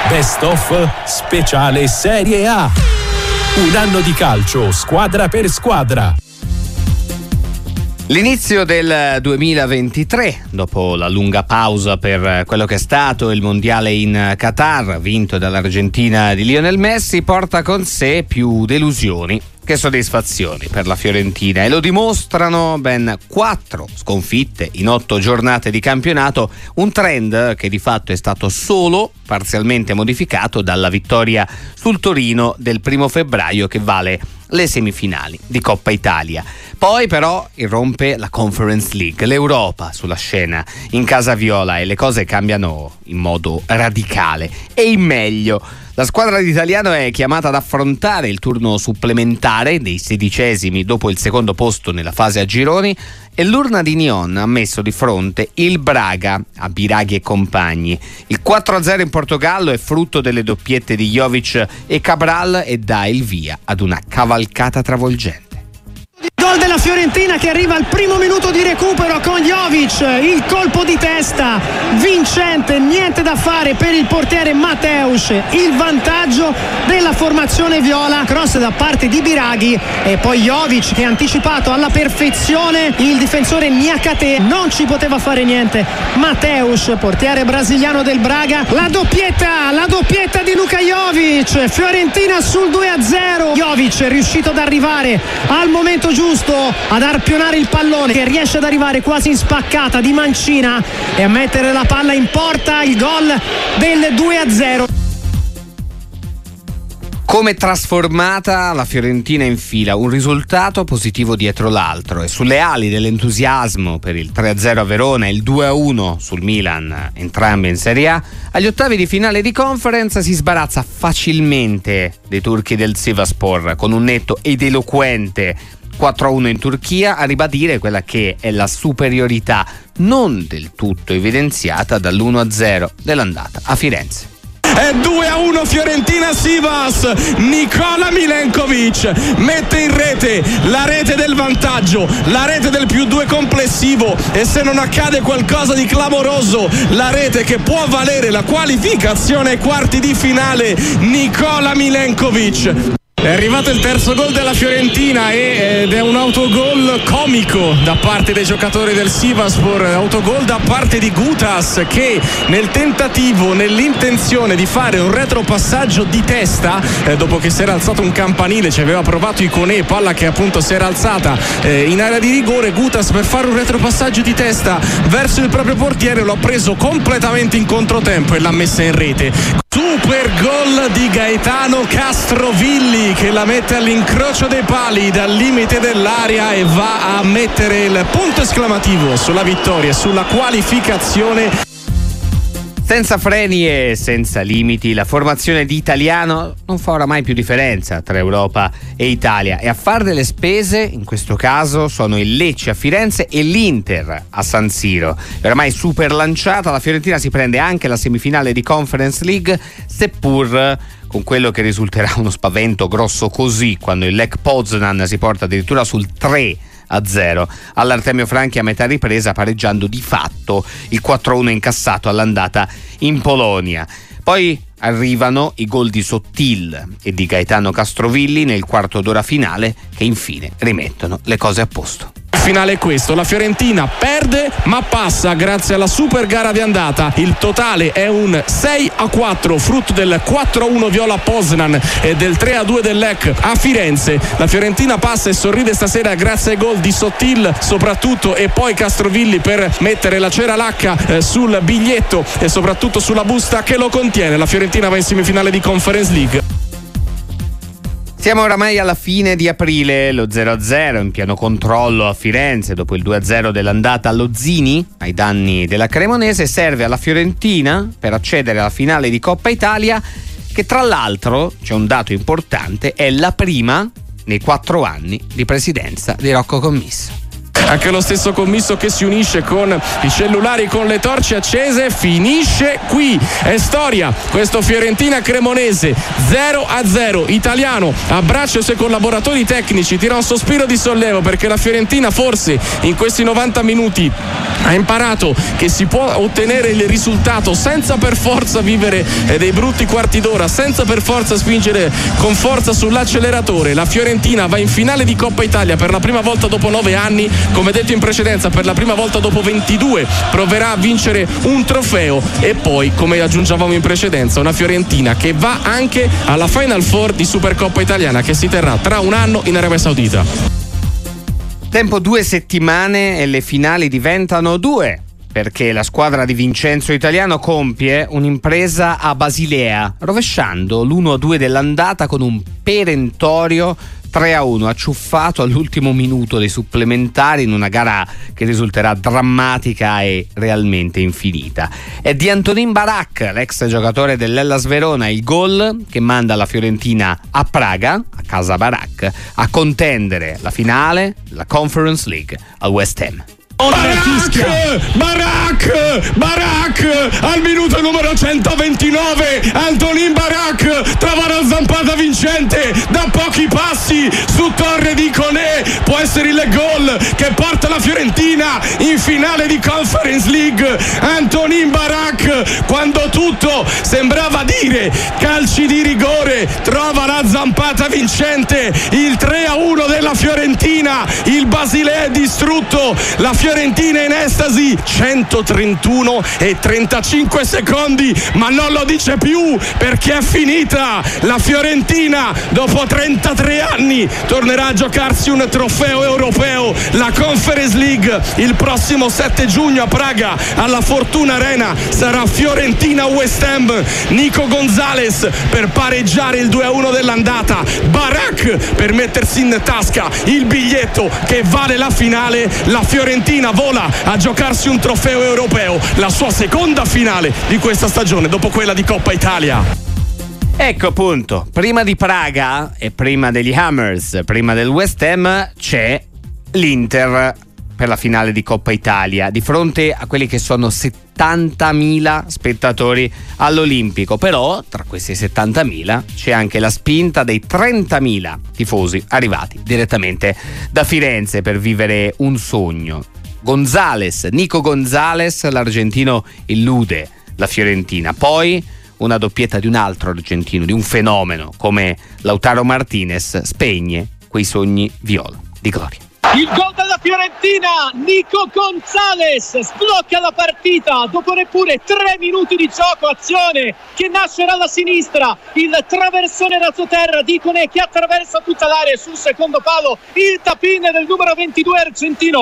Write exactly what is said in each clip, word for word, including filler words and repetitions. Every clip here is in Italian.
Best of speciale Serie A. Un anno di calcio, squadra per squadra. L'inizio del duemilaventitré, dopo la lunga pausa per quello che è stato il mondiale in Qatar, vinto dall'Argentina di Lionel Messi, porta con sé più delusioni che soddisfazioni per la Fiorentina, e lo dimostrano ben quattro sconfitte in otto giornate di campionato, un trend che di fatto è stato solo parzialmente modificato dalla vittoria sul Torino del primo febbraio, che vale le semifinali di Coppa Italia. Poi però irrompe la Conference League, l'Europa sulla scena in casa viola, e le cose cambiano in modo radicale e in meglio. La squadra di Italiano è chiamata ad affrontare il turno supplementare dei sedicesimi dopo il secondo posto nella fase a gironi, e l'Urna di Nyon ha messo di fronte il Braga a Biraghi e compagni. Il quattro a zero in Portogallo è frutto delle doppiette di Jovic e Cabral e dà il via ad una cavalcata travolgente. Gol della Fiorentina che arriva al primo minuto di recupero con Jovic, il colpo di testa vincente, niente da fare per il portiere Mateusz, il vantaggio della formazione viola, cross da parte di Biraghi e poi Jovic che ha anticipato alla perfezione il difensore Niakate, non ci poteva fare niente Mateusz, portiere brasiliano del Braga. La doppietta, la doppietta di Luka Jovic, Fiorentina sul due a zero. Jovic è riuscito ad arrivare al momento giusto ad arpionare il pallone, che riesce ad arrivare quasi in spaccata di mancina e a mettere la palla in porta, il gol del due a zero. Come trasformata la Fiorentina infila un risultato positivo dietro l'altro, e sulle ali dell'entusiasmo per il tre a zero a Verona e il due a uno sul Milan, entrambi in Serie A, agli ottavi di finale di Conference si sbarazza facilmente dei turchi del Sivasspor con un netto ed eloquente quattro a uno in Turchia, a ribadire quella che è la superiorità non del tutto evidenziata dall'uno a zero dell'andata a Firenze. È due a uno Fiorentina Sivas. Nikola Milenkovic mette in rete la rete del vantaggio, la rete del più due complessivo, e se non accade qualcosa di clamoroso, la rete che può valere la qualificazione ai quarti di finale. Nikola Milenkovic. È arrivato il terzo gol della Fiorentina ed è un autogol comico da parte dei giocatori del Sivasspor, autogol da parte di Gutas, che nel tentativo, nell'intenzione di fare un retropassaggio di testa, eh, dopo che si era alzato un campanile, ci aveva provato Iconè, palla che appunto si era alzata eh, in area di rigore, Gutas per fare un retropassaggio di testa verso il proprio portiere lo ha preso completamente in controtempo e l'ha messa in rete. Super gol di Gaetano Castrovilli, che la mette all'incrocio dei pali dal limite dell'area e va a mettere il punto esclamativo sulla vittoria, sulla qualificazione. Senza freni e senza limiti, la formazione di Italiano non fa oramai più differenza tra Europa e Italia, e a farne le spese in questo caso sono il Lecce a Firenze e l'Inter a San Siro. Oramai super lanciata, la Fiorentina si prende anche la semifinale di Conference League, seppur con quello che risulterà uno spavento grosso così quando il Lech Poznan si porta addirittura sul tre a zero all'Artemio Franchi a metà ripresa, pareggiando di fatto il quattro a uno incassato all'andata in Polonia. Poi arrivano i gol di Sottil e di Gaetano Castrovilli nel quarto d'ora finale, che infine rimettono le cose a posto. Il finale è questo: la Fiorentina perde ma passa grazie alla super gara di andata. Il totale è un sei a quattro, frutto del quattro a uno Viola Poznan e del tre a due del Lech a Firenze. La Fiorentina passa e sorride stasera grazie ai gol di Sottil soprattutto, e poi Castrovilli per mettere la cera lacca eh, sul biglietto e soprattutto sulla busta che lo contiene. La Fiorentina va in semifinale di Conference League. Siamo oramai alla fine di aprile, lo zero a zero in pieno controllo a Firenze dopo il due a zero dell'andata allo Zini ai danni della Cremonese serve alla Fiorentina per accedere alla finale di Coppa Italia, che tra l'altro, c'è un dato importante, è la prima nei quattro anni di presidenza di Rocco Commisso. anche lo stesso commisso che si unisce con i cellulari, con le torce accese. Finisce qui, è storia questo Fiorentina Cremonese, zero a zero. Italiano abbraccia i suoi collaboratori tecnici, tira un sospiro di sollievo perché la Fiorentina forse in questi novanta minuti ha imparato che si può ottenere il risultato senza per forza vivere dei brutti quarti d'ora, senza per forza spingere con forza sull'acceleratore. La Fiorentina va in finale di Coppa Italia per la prima volta dopo nove anni, come detto in precedenza per la prima volta dopo ventidue proverà a vincere un trofeo, e poi, come aggiungevamo in precedenza, una Fiorentina che va anche alla Final Four di Supercoppa Italiana che si terrà tra un anno in Arabia Saudita. Tempo due settimane e le finali diventano due, perché la squadra di Vincenzo Italiano compie un'impresa a Basilea, rovesciando l'uno a due dell'andata con un perentorio tre a uno acciuffato all'ultimo minuto dei supplementari in una gara che risulterà drammatica e realmente infinita. È di Antonin Barak, l'ex giocatore dell'Hellas Verona, il gol che manda la Fiorentina a Praga, a casa Barak, a contendere la finale della Conference League al West Ham. Barak, Barak, Barak al minuto numero centoventinove Antonin Barak trova la zampata vincente da pochi passi su Torre di Conè, può essere il gol che porta la Fiorentina in finale di Conference League. Antonin Barak, quando tutto sembrava dire calci di rigore, trova la zampata vincente, il tre a uno della Fiorentina. Il Basilea è distrutto, la Fiorentina in estasi, centotrentuno e trentacinque secondi, ma non lo dice più perché è finita. La Fiorentina dopo trentatré anni tornerà a giocarsi un trofeo europeo, la Conference League, il prossimo sette giugno a Praga alla Fortuna Arena. Sarà Fiorentina West Ham, Nico Gonzalez per pareggiare il due a uno dell'andata, Barak per mettersi in tasca il biglietto che vale la finale. La Fiorentina vola a giocarsi un trofeo europeo, la sua seconda finale di questa stagione dopo quella di Coppa Italia. Ecco appunto, prima di Praga e prima degli Hammers, prima del West Ham, c'è l'Inter per la finale di Coppa Italia di fronte a quelli che sono settantamila spettatori all'Olimpico. Però tra questi settantamila c'è anche la spinta dei trentamila tifosi arrivati direttamente da Firenze per vivere un sogno. Gonzales, Nico Gonzalez, l'argentino, illude la Fiorentina. Poi una doppietta di un altro argentino, di un fenomeno come Lautaro Martinez, spegne quei sogni viola di gloria. Il gol della Fiorentina, Nico Gonzalez sblocca la partita dopo neppure tre minuti di gioco, azione che nasce dalla sinistra, il traversone razzoterra di Conè che attraversa tutta l'area sul secondo palo, il tap-in del numero ventidue argentino.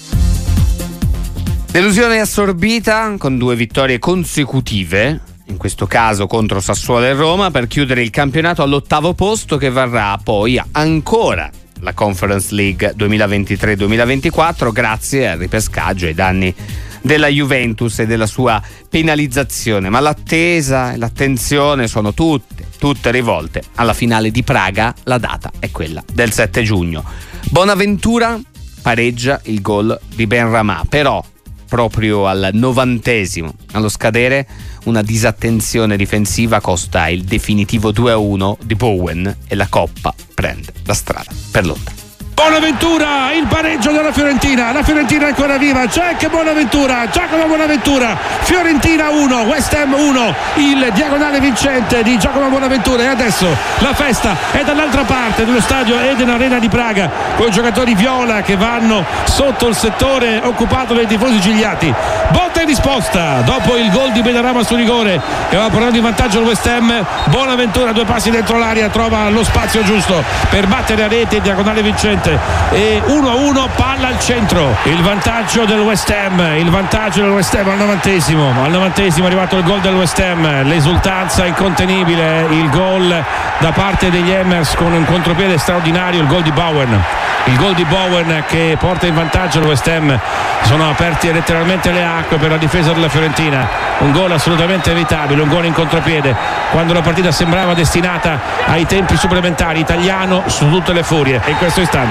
Delusione assorbita con due vittorie consecutive, in questo caso contro Sassuolo e Roma, per chiudere il campionato all'ottavo posto che varrà poi ancora la Conference League duemilaventitré duemilaventiquattro grazie al ripescaggio e ai danni della Juventus e della sua penalizzazione. Ma l'attesa e l'attenzione sono tutte, tutte rivolte alla finale di Praga. La data è quella del sette giugno. Bonaventura pareggia il gol di Benrahma, però proprio al novantesimo, allo scadere, una disattenzione difensiva costa il definitivo due a uno di Bowen e la Coppa prende la strada per Londra. Bonaventura, il pareggio della Fiorentina, la Fiorentina è ancora viva, c'è che Bonaventura, Giacomo Bonaventura, Fiorentina uno, West Ham uno, il diagonale vincente di Giacomo Bonaventura. E adesso la festa è dall'altra parte dello stadio Eden Arena di Praga, con i giocatori viola che vanno sotto il settore occupato dai tifosi gigliati. Botta e risposta dopo il gol di Benrahma su rigore che va portando in vantaggio il West Ham. Bonaventura, due passi dentro l'area, trova lo spazio giusto per battere a rete, diagonale vincente, e uno a uno, palla al centro, il vantaggio del West Ham, il vantaggio del West Ham al novantesimo, al novantesimo è arrivato il gol del West Ham, l'esultanza incontenibile, il gol da parte degli Hammers con un contropiede straordinario, il gol di Bowen, il gol di Bowen che porta in vantaggio il West Ham. Sono aperte letteralmente le acque per la difesa della Fiorentina, un gol assolutamente evitabile, un gol in contropiede quando la partita sembrava destinata ai tempi supplementari. Italiano su tutte le furie, e in questo istante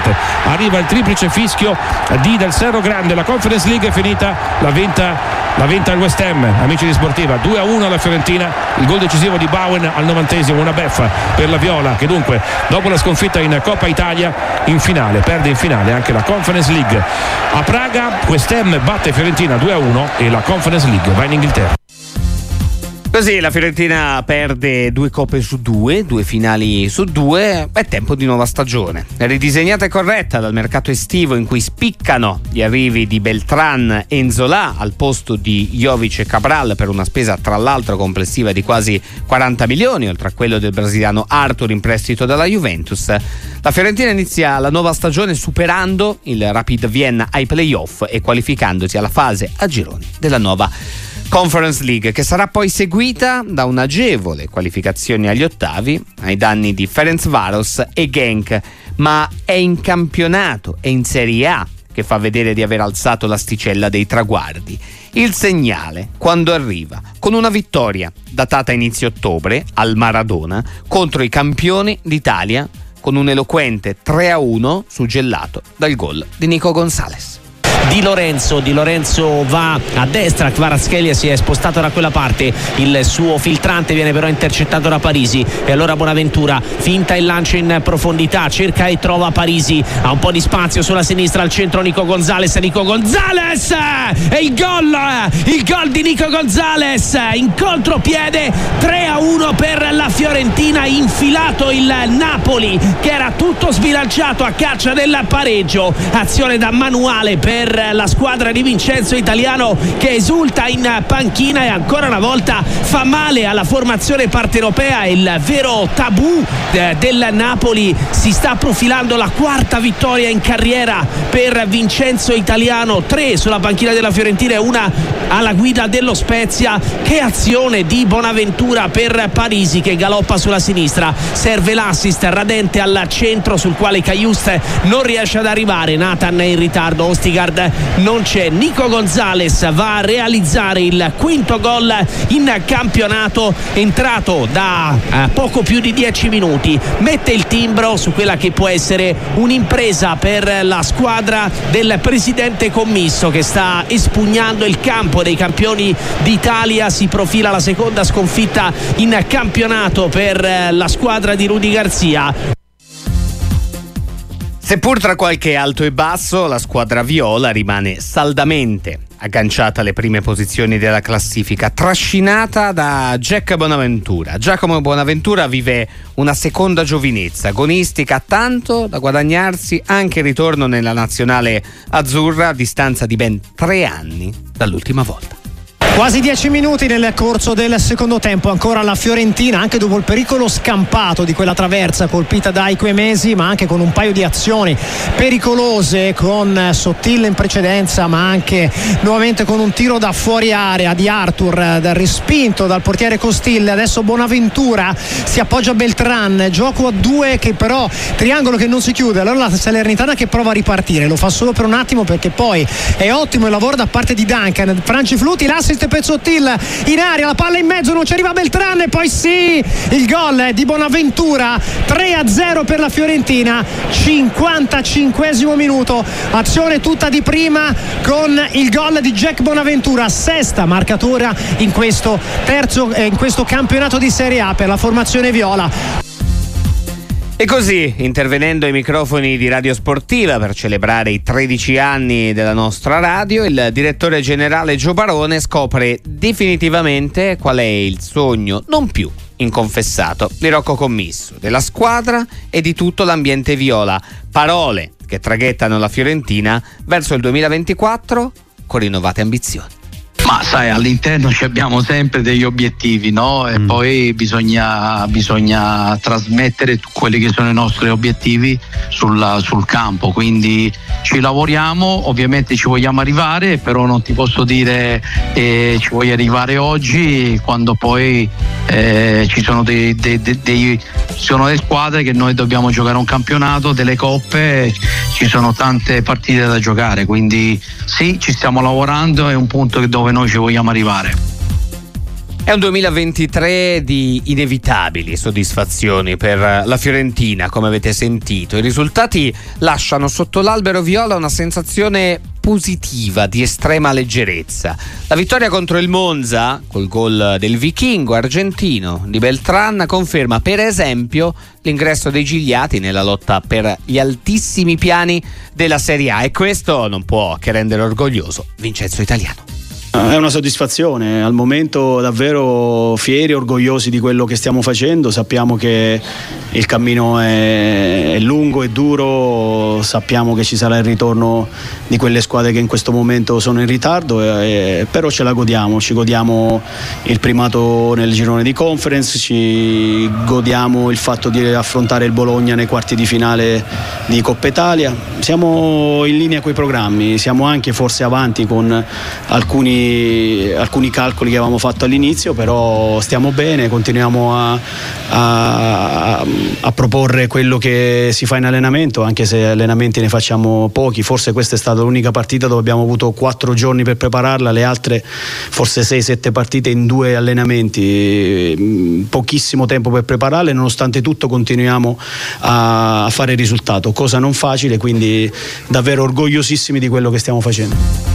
importante. Arriva il triplice fischio di Del Cerro Grande, la Conference League è finita, la vinta La vinta il West Ham, amici di Sportiva, due a uno alla Fiorentina, il gol decisivo di Bowen al novantesimo, una beffa per la Viola che dunque dopo la sconfitta in Coppa Italia in finale, perde in finale anche la Conference League. A Praga West Ham batte Fiorentina due a uno e la Conference League va in Inghilterra. Così la Fiorentina perde due coppe su due, due finali su due, è tempo di nuova stagione. Ridisegnata e corretta dal mercato estivo in cui spiccano gli arrivi di Beltran e Nzola al posto di Jovic e Cabral per una spesa tra l'altro complessiva di quasi quaranta milioni, oltre a quello del brasiliano Arthur in prestito dalla Juventus. La Fiorentina inizia la nuova stagione superando il Rapid Vienna ai playoff e qualificandosi alla fase a gironi della nuova Conference League, che sarà poi seguita da un'agevole qualificazione agli ottavi ai danni di Ferencváros e Genk, ma è in campionato e in Serie A che fa vedere di aver alzato l'asticella dei traguardi. Il segnale quando arriva con una vittoria datata a inizio ottobre al Maradona contro i campioni d'Italia con un eloquente tre a uno suggellato dal gol di Nico Gonzalez. Di Lorenzo, Di Lorenzo va a destra, Kvaratskhelia si è spostato da quella parte, il suo filtrante viene però intercettato da Parisi e allora Bonaventura finta il lancio in profondità, cerca e trova Parisi, ha un po' di spazio sulla sinistra, al centro Nico Gonzalez, Nico Gonzalez e il gol, il gol di Nico Gonzalez in contropiede, tre a uno per la Fiorentina, infilato il Napoli che era tutto sbilanciato a caccia del pareggio, azione da manuale per la squadra di Vincenzo Italiano che esulta in panchina e ancora una volta fa male alla formazione partenopea. Il vero tabù del Napoli, si sta profilando la quarta vittoria in carriera per Vincenzo Italiano, tre sulla panchina della Fiorentina e una alla guida dello Spezia. Che azione di Bonaventura per Parisi che galoppa sulla sinistra, serve l'assist radente al centro sul quale Cajuste non riesce ad arrivare, Nathan è in ritardo, Ostigard non c'è, Nico Gonzalez va a realizzare il quinto gol in campionato, entrato da eh, poco più di dieci minuti, mette il timbro su quella che può essere un'impresa per la squadra del presidente commisso che sta espugnando il campo dei campioni d'Italia. Si profila la seconda sconfitta in campionato per la squadra di Rudy Garcia. Seppur tra qualche alto e basso, la squadra viola rimane saldamente agganciata alle prime posizioni della classifica, trascinata da Jack Bonaventura. Giacomo Bonaventura vive una seconda giovinezza agonistica, tanto da guadagnarsi anche il ritorno nella nazionale azzurra a distanza di ben tre anni dall'ultima volta. Quasi dieci minuti nel corso del secondo tempo, ancora la Fiorentina, anche dopo il pericolo scampato di quella traversa colpita dai Quemesi, ma anche con un paio di azioni pericolose, con Sottile in precedenza, ma anche nuovamente con un tiro da fuori area di Arthur, respinto dal portiere Costille. Adesso Bonaventura si appoggia a Beltran, gioco a due che però, triangolo che non si chiude, allora la Salernitana che prova a ripartire, lo fa solo per un attimo perché poi è ottimo il lavoro da parte di Duncan, Franci Fluti, l'assist per Sottil in aria, la palla in mezzo, non ci arriva Beltran e poi sì, il gol di Bonaventura, tre a zero per la Fiorentina, cinquantacinquesimo minuto, azione tutta di prima con il gol di Jack Bonaventura, sesta marcatura in questo terzo eh, in questo campionato di Serie A per la formazione viola. E così, intervenendo ai microfoni di Radio Sportiva per celebrare i tredici anni della nostra radio, il direttore generale Gio Barone scopre definitivamente qual è il sogno non più inconfessato di Rocco Commisso, della squadra e di tutto l'ambiente viola. Parole che traghettano la Fiorentina verso il duemilaventiquattro con rinnovate ambizioni. Ma sai, all'interno ci abbiamo sempre degli obiettivi, no? E mm. poi bisogna, bisogna trasmettere quelli che sono i nostri obiettivi sul, sul campo, quindi ci lavoriamo, ovviamente ci vogliamo arrivare, però non ti posso dire eh, ci voglio arrivare oggi quando poi eh, ci sono dei, dei, dei, dei sono delle squadre che noi dobbiamo giocare un campionato, delle coppe, ci sono tante partite da giocare, quindi sì, ci stiamo lavorando, è un punto dove noi ci vogliamo arrivare. È un duemilaventitré di inevitabili soddisfazioni per la Fiorentina, come avete sentito. I risultati lasciano sotto l'albero viola una sensazione positiva di estrema leggerezza. La vittoria contro il Monza, col gol del vichingo argentino di Beltran, conferma per esempio l'ingresso dei Gigliati nella lotta per gli altissimi piani della Serie A, e questo non può che rendere orgoglioso Vincenzo Italiano. È una soddisfazione, al momento davvero fieri e orgogliosi di quello che stiamo facendo. Sappiamo che il cammino è, è lungo e duro, sappiamo che ci sarà il ritorno di quelle squadre che in questo momento sono in ritardo, e, però ce la godiamo, ci godiamo il primato nel girone di Conference, ci godiamo il fatto di affrontare il Bologna nei quarti di finale di Coppa Italia. Siamo in linea coi programmi, siamo anche forse avanti con alcuni alcuni calcoli che avevamo fatto all'inizio, però stiamo bene, continuiamo a, a, a proporre quello che si fa in allenamento, anche se allenamenti ne facciamo pochi. Forse questa è stata l'unica partita dove abbiamo avuto quattro giorni per prepararla, le altre forse sei sette partite in due allenamenti, pochissimo tempo per prepararle. Nonostante tutto continuiamo a, a fare il risultato, cosa non facile, quindi davvero orgogliosissimi di quello che stiamo facendo.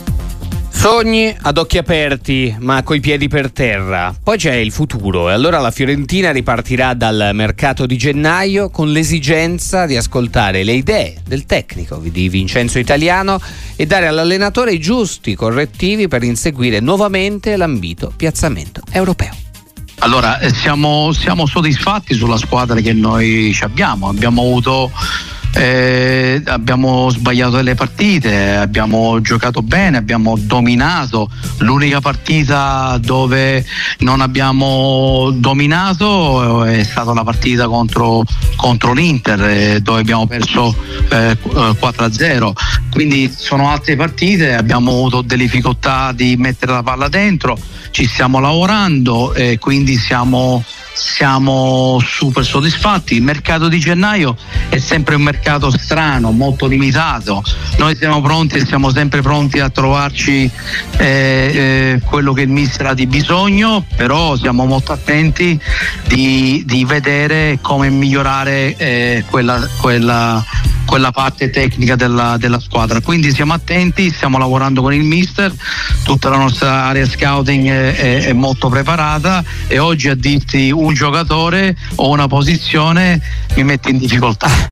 Sogni ad occhi aperti ma coi piedi per terra, poi c'è il futuro, e allora la Fiorentina ripartirà dal mercato di gennaio con l'esigenza di ascoltare le idee del tecnico di Vincenzo Italiano e dare all'allenatore i giusti correttivi per inseguire nuovamente l'ambito piazzamento europeo. Allora siamo, siamo soddisfatti sulla squadra che noi abbiamo, abbiamo avuto Eh, abbiamo sbagliato delle partite, abbiamo giocato bene, abbiamo dominato. L'unica partita dove non abbiamo dominato è stata la partita contro, contro l'Inter, eh, dove abbiamo perso eh, quattro a zero. Quindi sono altre partite, abbiamo avuto delle difficoltà di mettere la palla dentro, ci stiamo lavorando e quindi siamo siamo super soddisfatti. Il mercato di gennaio è sempre un mercato strano, molto limitato. Noi siamo pronti e siamo sempre pronti a trovarci eh, eh, quello che il mister ha di bisogno, però siamo molto attenti di, di vedere come migliorare eh, quella, quella quella parte tecnica della, della squadra. Quindi siamo attenti, stiamo lavorando con il mister, tutta la nostra area scouting è, è, è molto preparata, e oggi a dirti un giocatore o una posizione mi mette in difficoltà.